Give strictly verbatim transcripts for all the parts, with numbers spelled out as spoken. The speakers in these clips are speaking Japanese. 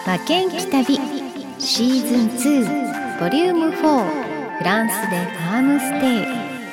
負けん気旅シーズンツーボリュームフォーフランスでファームステ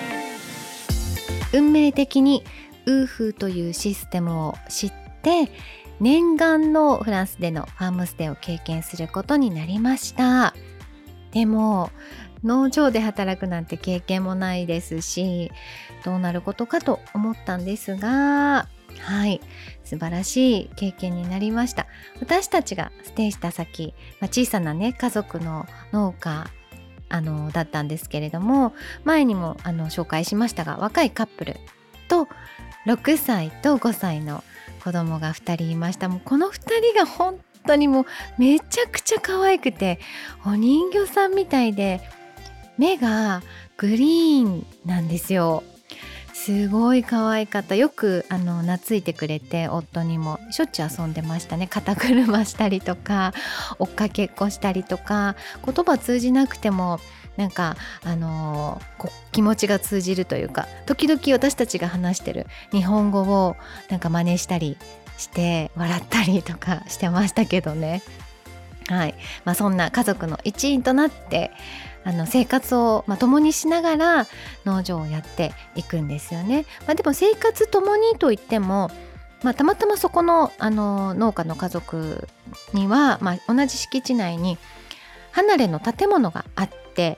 イ。運命的にウーフーというシステムを知って念願のフランスでのファームステイを経験することになりました。でも農場で働くなんて経験もないですし、どうなることかと思ったんですが、はい素晴らしい経験になりました。私たちがステイした先、まあ、小さなね家族の農家あのだったんですけれども、前にもあの紹介しましたが、若いカップルとろくさいとごさいの子供がふたりいました。もうこのふたりが本当にもうめちゃくちゃ可愛くて、お人形さんみたいで目がグリーンなんですよ。すごい可愛かった。よくあの懐いてくれて、夫にもしょっちゅう遊んでましたね。肩車したりとか追っかけっこしたりとか、言葉通じなくてもなんかあのー、気持ちが通じるというか、時々私たちが話してる日本語をなんか真似したりして笑ったりとかしてましたけどね。はい、まあ、そんな家族の一員となってあの生活を、まあ、共にしながら農場をやっていくんですよね。まあ、でも生活共にといっても、まあ、たまたまそこの、あの農家の家族には、まあ、同じ敷地内に離れの建物があって、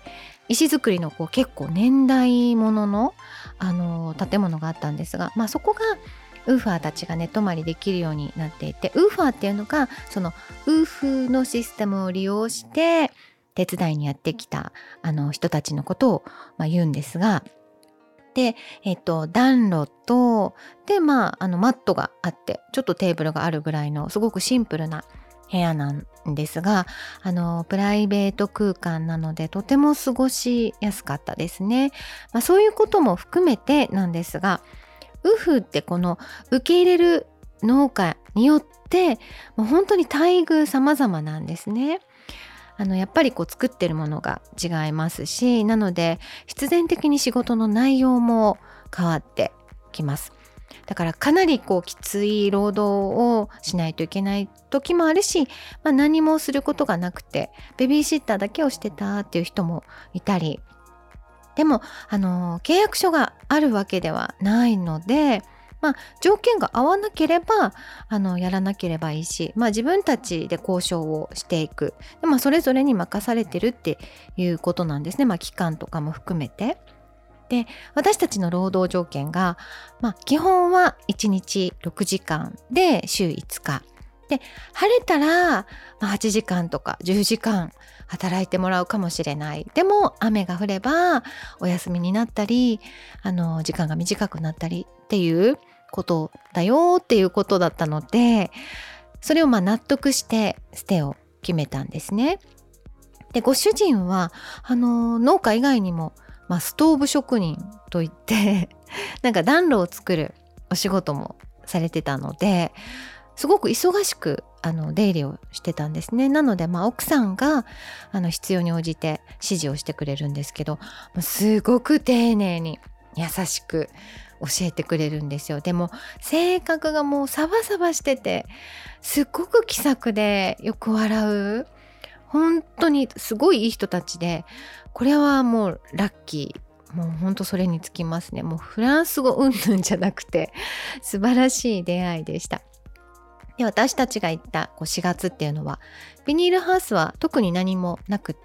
石造りのこう結構年代物の、あの建物があったんですが、まあ、そこがウーファーたちが寝泊まりできるようになっていて、ウーファーっていうのがそのウーフのシステムを利用して手伝いにやってきたあの人たちのことを、まあ、言うんですが、で、えっと、暖炉とで、まあ、あのマットがあってちょっとテーブルがあるぐらいのすごくシンプルな部屋なんですが、あのプライベート空間なのでとても過ごしやすかったですね。まあ、そういうことも含めてなんですが、ウーフーってこの受け入れる農家によってもう本当に待遇様々なんですね。あのやっぱりこう作ってるものが違いますし、なので必然的に仕事の内容も変わってきます。だからかなりこうきつい労働をしないといけない時もあるし、まあ、何もすることがなくてベビーシッターだけをしてたっていう人もいたり、でもあの契約書があるわけではないので、まあ、条件が合わなければあのやらなければいいし、まあ、自分たちで交渉をしていく。で、まあ、それぞれに任されてるっていうことなんですね。まあ、期間とかも含めて。で、私たちの労働条件が、まあ、基本はいちにちろくじかんで週いつかで、晴れたら、まあ、はちじかんとかじゅうじかん働いてもらうかもしれない。でも雨が降ればお休みになったり、あの時間が短くなったりっていうことだよっていうことだったので、それをまあ納得してステイを決めたんですね。で、ご主人はあの農家以外にも、まあ、ストーブ職人といってなんか暖炉を作るお仕事もされてたので、すごく忙しくあの出入りをしてたんですね。なので、まあ、奥さんがあの必要に応じて指示をしてくれるんですけど、すごく丁寧に優しく教えてくれるんですよ。でも性格がもうサバサバしてて、すっごく気さくでよく笑う、本当にすごいいい人たちで、これはもうラッキー、もう本当それにつきますね。もうフランス語うんぬんじゃなくて素晴らしい出会いでした。で、私たちが行ったこうしがつっていうのはビニールハウスは特に何もなくって、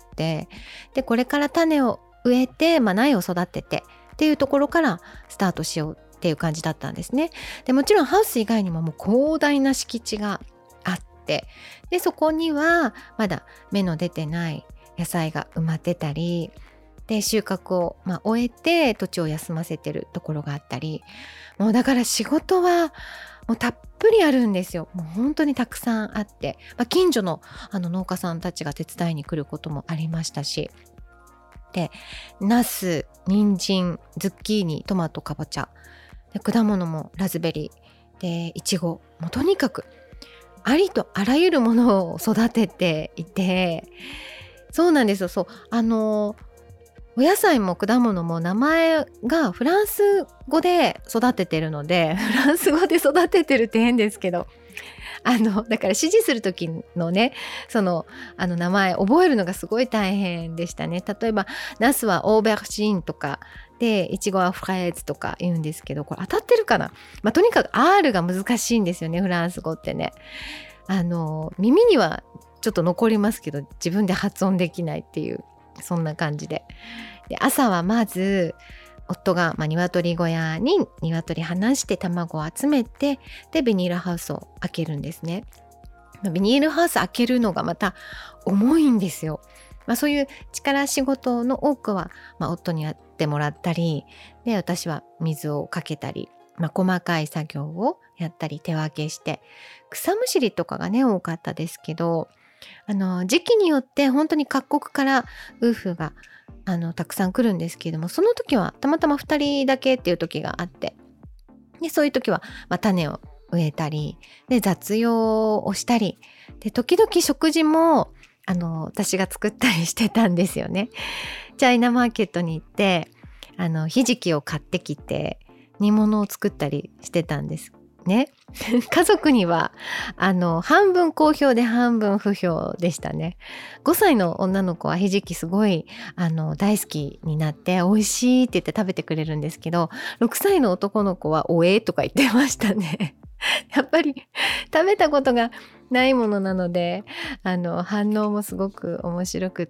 でこれから種を植えて、まあ、苗を育ててっていうところからスタートしようっていう感じだったんですね。でもちろんハウス以外にももう広大な敷地があって、でそこにはまだ芽の出てない野菜が埋まってたりで、収穫を、まあ、終えて土地を休ませてるところがあったり、もうだから仕事はもうたっぷりあるんですよ。もう本当にたくさんあって、まあ、近所のあの農家さんたちが手伝いに来ることもありましたし、でナス、人参、ズッキーニ、トマト、かぼちゃで、果物もラズベリーでイチゴ、もうとにかくありとあらゆるものを育てていて、そうなんですよ。そうあのお野菜も果物も名前がフランス語で育ててるので、フランス語で育ててるって変ですけど、 あのだから指示する時のねそのあの名前覚えるのがすごい大変でしたね。例えばナスはオーベルジーンとかでイチゴはフライズとか言うんですけど、これ当たってるかな、まあ、とにかく R が難しいんですよね、フランス語ってね。あの耳にはちょっと残りますけど自分で発音できないっていう、そんな感じで。で朝はまず夫が、まあ、鶏小屋に鶏放して卵を集めて、でビニールハウスを開けるんですね。ビニールハウス開けるのがまた重いんですよ。まあ、そういう力仕事の多くは、まあ、夫にやってもらったりで、私は水をかけたり、まあ、細かい作業をやったり手分けして、草むしりとかがね多かったですけど、あの時期によって本当に各国からウーフがあのたくさん来るんですけれども、その時はたまたまふたりだけっていう時があって、でそういう時は、まあ、種を植えたりで雑用をしたりで、時々食事もあの私が作ったりしてたんですよね。チャイナマーケットに行ってあのひじきを買ってきて煮物を作ったりしてたんですね。家族にはあの半分好評で半分不評でしたね。ごさいの女の子はひじきすごいあの大好きになって美味しいって言って食べてくれるんですけど、ろくさいの男の子はおえとか言ってましたね。やっぱり食べたことがないものなので、あの反応もすごく面白くって、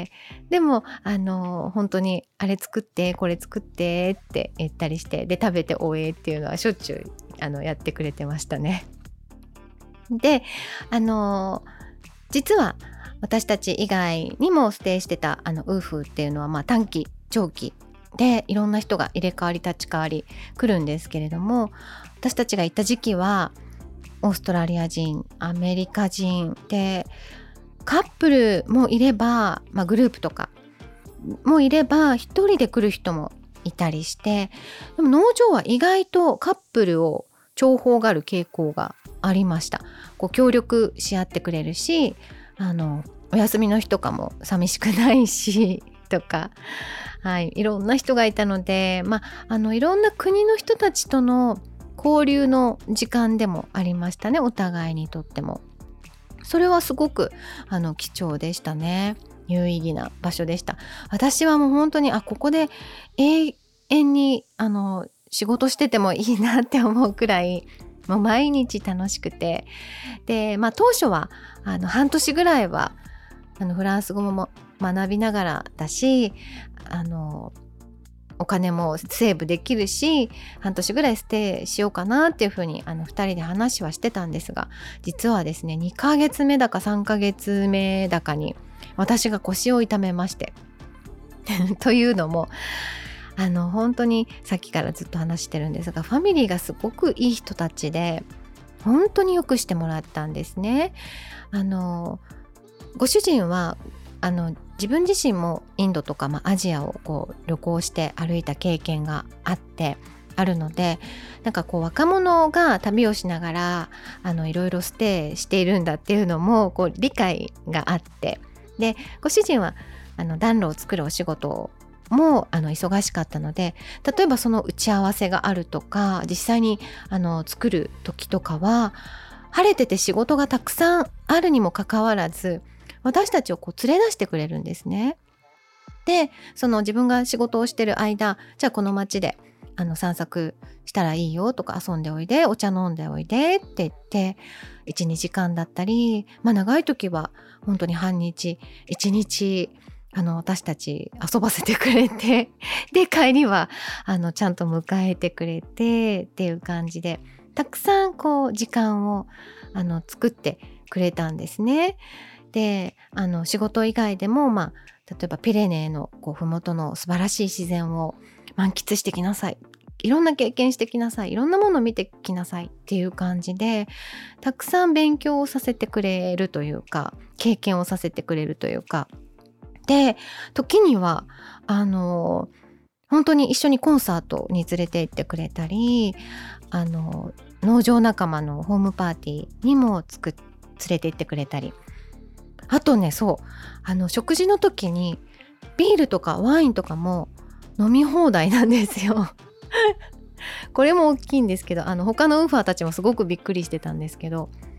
でもあの本当にあれ作ってこれ作ってって言ったりして、で食べておえっていうのはしょっちゅうあのやってくれてましたね。であの実は私たち以外にもステイしてたあのウーフっていうのは、まあ短期長期でいろんな人が入れ替わり立ち替わり来るんですけれども、私たちが行った時期はオーストラリア人、アメリカ人で、カップルもいれば、まあ、グループとかもいれば一人で来る人もいたりして、でも農場は意外とカップルを重宝がる傾向がありました。こう協力し合ってくれるし、あのお休みの日とかも寂しくないしとか、はい、いろんな人がいたので、まあ、あのいろんな国の人たちとの交流の時間でもありましたね、お互いにとっても。それはすごくあの貴重でしたね。有意義な場所でした。私はもう本当にあここで永遠にあの仕事しててもいいなって思うくらい、もう毎日楽しくて、で、まあ、当初はあの半年ぐらいはあのフランス語も学びながらだし、あのお金もセーブできるし、半年ぐらいステイしようかなっていうふうにあのふたりで話はしてたんですが、実はですねにかげつめだかさんかげつめだかに私が腰を痛めましてというのもあの本当にさっきからずっと話してるんですが、ファミリーがすごくいい人たちで本当によくしてもらったんですね。あのご主人はあの自分自身もインドとか、まあ、アジアをこう旅行して歩いた経験があってあるので、なんかこう若者が旅をしながらあのいろいろステイしているんだっていうのもこう理解があって、でご主人はあの暖炉を作るお仕事もあの忙しかったので、例えばその打ち合わせがあるとか実際にあの作る時とかは晴れてて仕事がたくさんあるにもかかわらず私たちをこう連れ出してくれるんですね。でその自分が仕事をしてる間、じゃあこの街であの散策したらいいよとか、遊んでおいで、お茶飲んでおいでって言っていちにちかんだったり、まあ長い時は本当に半日いちにちあの私たち遊ばせてくれて、で帰りはあのちゃんと迎えてくれてっていう感じで、たくさんこう時間をあの作ってくれたんですね。であの仕事以外でも、まあ、例えばピレネーのこう麓の素晴らしい自然を満喫してきなさい、いろんな経験してきなさい、いろんなものを見てきなさいっていう感じで、たくさん勉強をさせてくれるというか、経験をさせてくれるというか、で時にはあの本当に一緒にコンサートに連れて行ってくれたり、あの農場仲間のホームパーティーにもつく連れて行ってくれたり、あとね、そうあの食事の時にビールとかワインとかも飲み放題なんですよこれも大きいんですけど、あの他のウーファーたちもすごくびっくりしてたんですけど、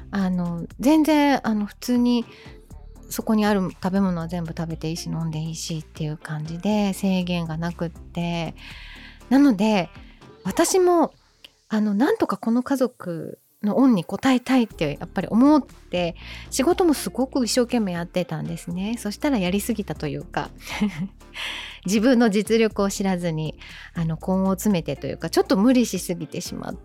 あの全然あの普通にそこにある食べ物は全部食べていいし飲んでいいしっていう感じで制限がなくって、なので私もあのなんとかこの家族の恩に応えたいってやっぱり思って仕事もすごく一生懸命やってたんですね。そしたらやりすぎたというか自分の実力を知らずにあの根を詰めてというかちょっと無理しすぎてしまって、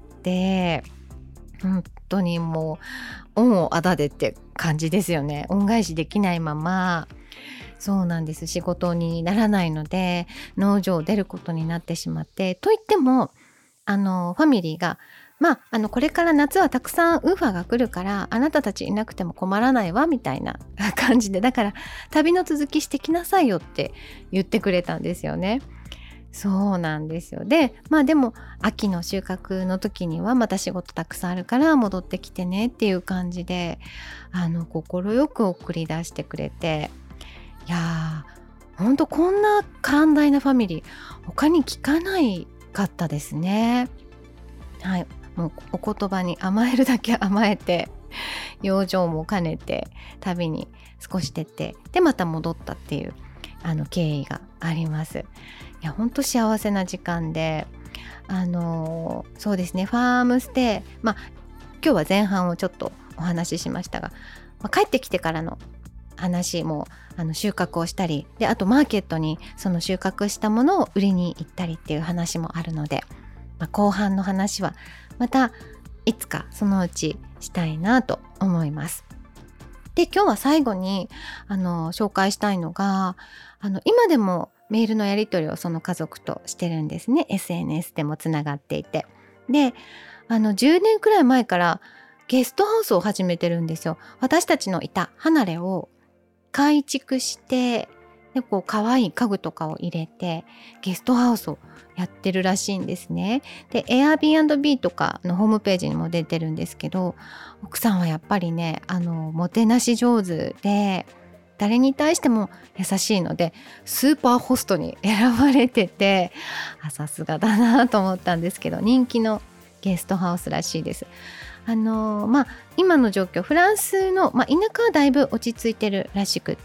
本当にもう恩をあだでって感じですよね。恩返しできないまま、そうなんです、仕事にならないので農場を出ることになってしまって、といってもあのファミリーがまあ、あのこれから夏はたくさんウーファーが来るからあなたたちいなくても困らないわみたいな感じで、だから旅の続きしてきなさいよって言ってくれたんですよね。そうなんですよ。でまあでも秋の収穫の時にはまた仕事たくさんあるから戻ってきてねっていう感じであの快く送り出してくれて、いやーほんとこんな寛大なファミリー他に聞かないかったですね。はい、もうお言葉に甘えるだけ甘えて養生も兼ねて旅に少し出て、でまた戻ったっていうあの経緯があります。いや本当幸せな時間で、あのー、そうですね、ファームステイ、まあ今日は前半をちょっとお話ししましたが、まあ、帰ってきてからの話もあの収穫をしたりで、あとマーケットにその収穫したものを売りに行ったりっていう話もあるので、まあ、後半の話はまたいつかそのうちしたいなと思います。で今日は最後にあの紹介したいのが、あの今でもメールのやり取りをその家族としてるんですね。 エスエヌエス でもつながっていて、であのじゅうねんくらい前からゲストハウスを始めてるんですよ。私たちのいた離れを改築してでこう可愛い家具とかを入れてゲストハウスをやってるらしいんですね。で Airbnb とかのホームページにも出てるんですけど、奥さんはやっぱりねあのもてなし上手で誰に対しても優しいのでスーパーホストに選ばれてて、あさすがだなと思ったんですけど、人気のゲストハウスらしいです。あのまあ今の状況フランスの、まあ、田舎はだいぶ落ち着いてるらしくって、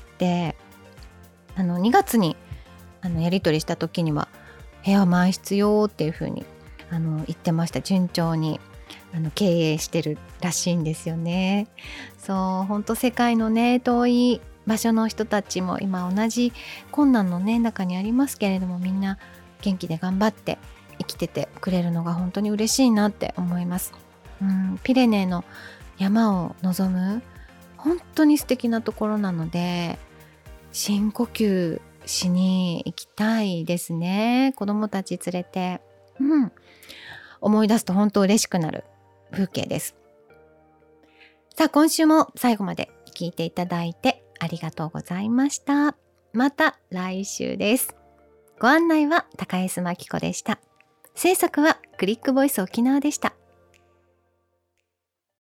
あのにがつにあのやり取りした時には部屋満室よっていう風にあの言ってました。順調にあの経営してるらしいんですよね。そう本当世界のね遠い場所の人たちも今同じ困難のね中にありますけれども、みんな元気で頑張って生きててくれるのが本当に嬉しいなって思います。うん、ピレネーの山を望む本当に素敵なところなので深呼吸しに行きたいですね。子供たち連れて、うん、思い出すと本当嬉しくなる風景です。さあ今週も最後まで聞いていただいてありがとうございました。また来週です。ご案内は高江須真紀子でした。制作はクリックボイス沖縄でした。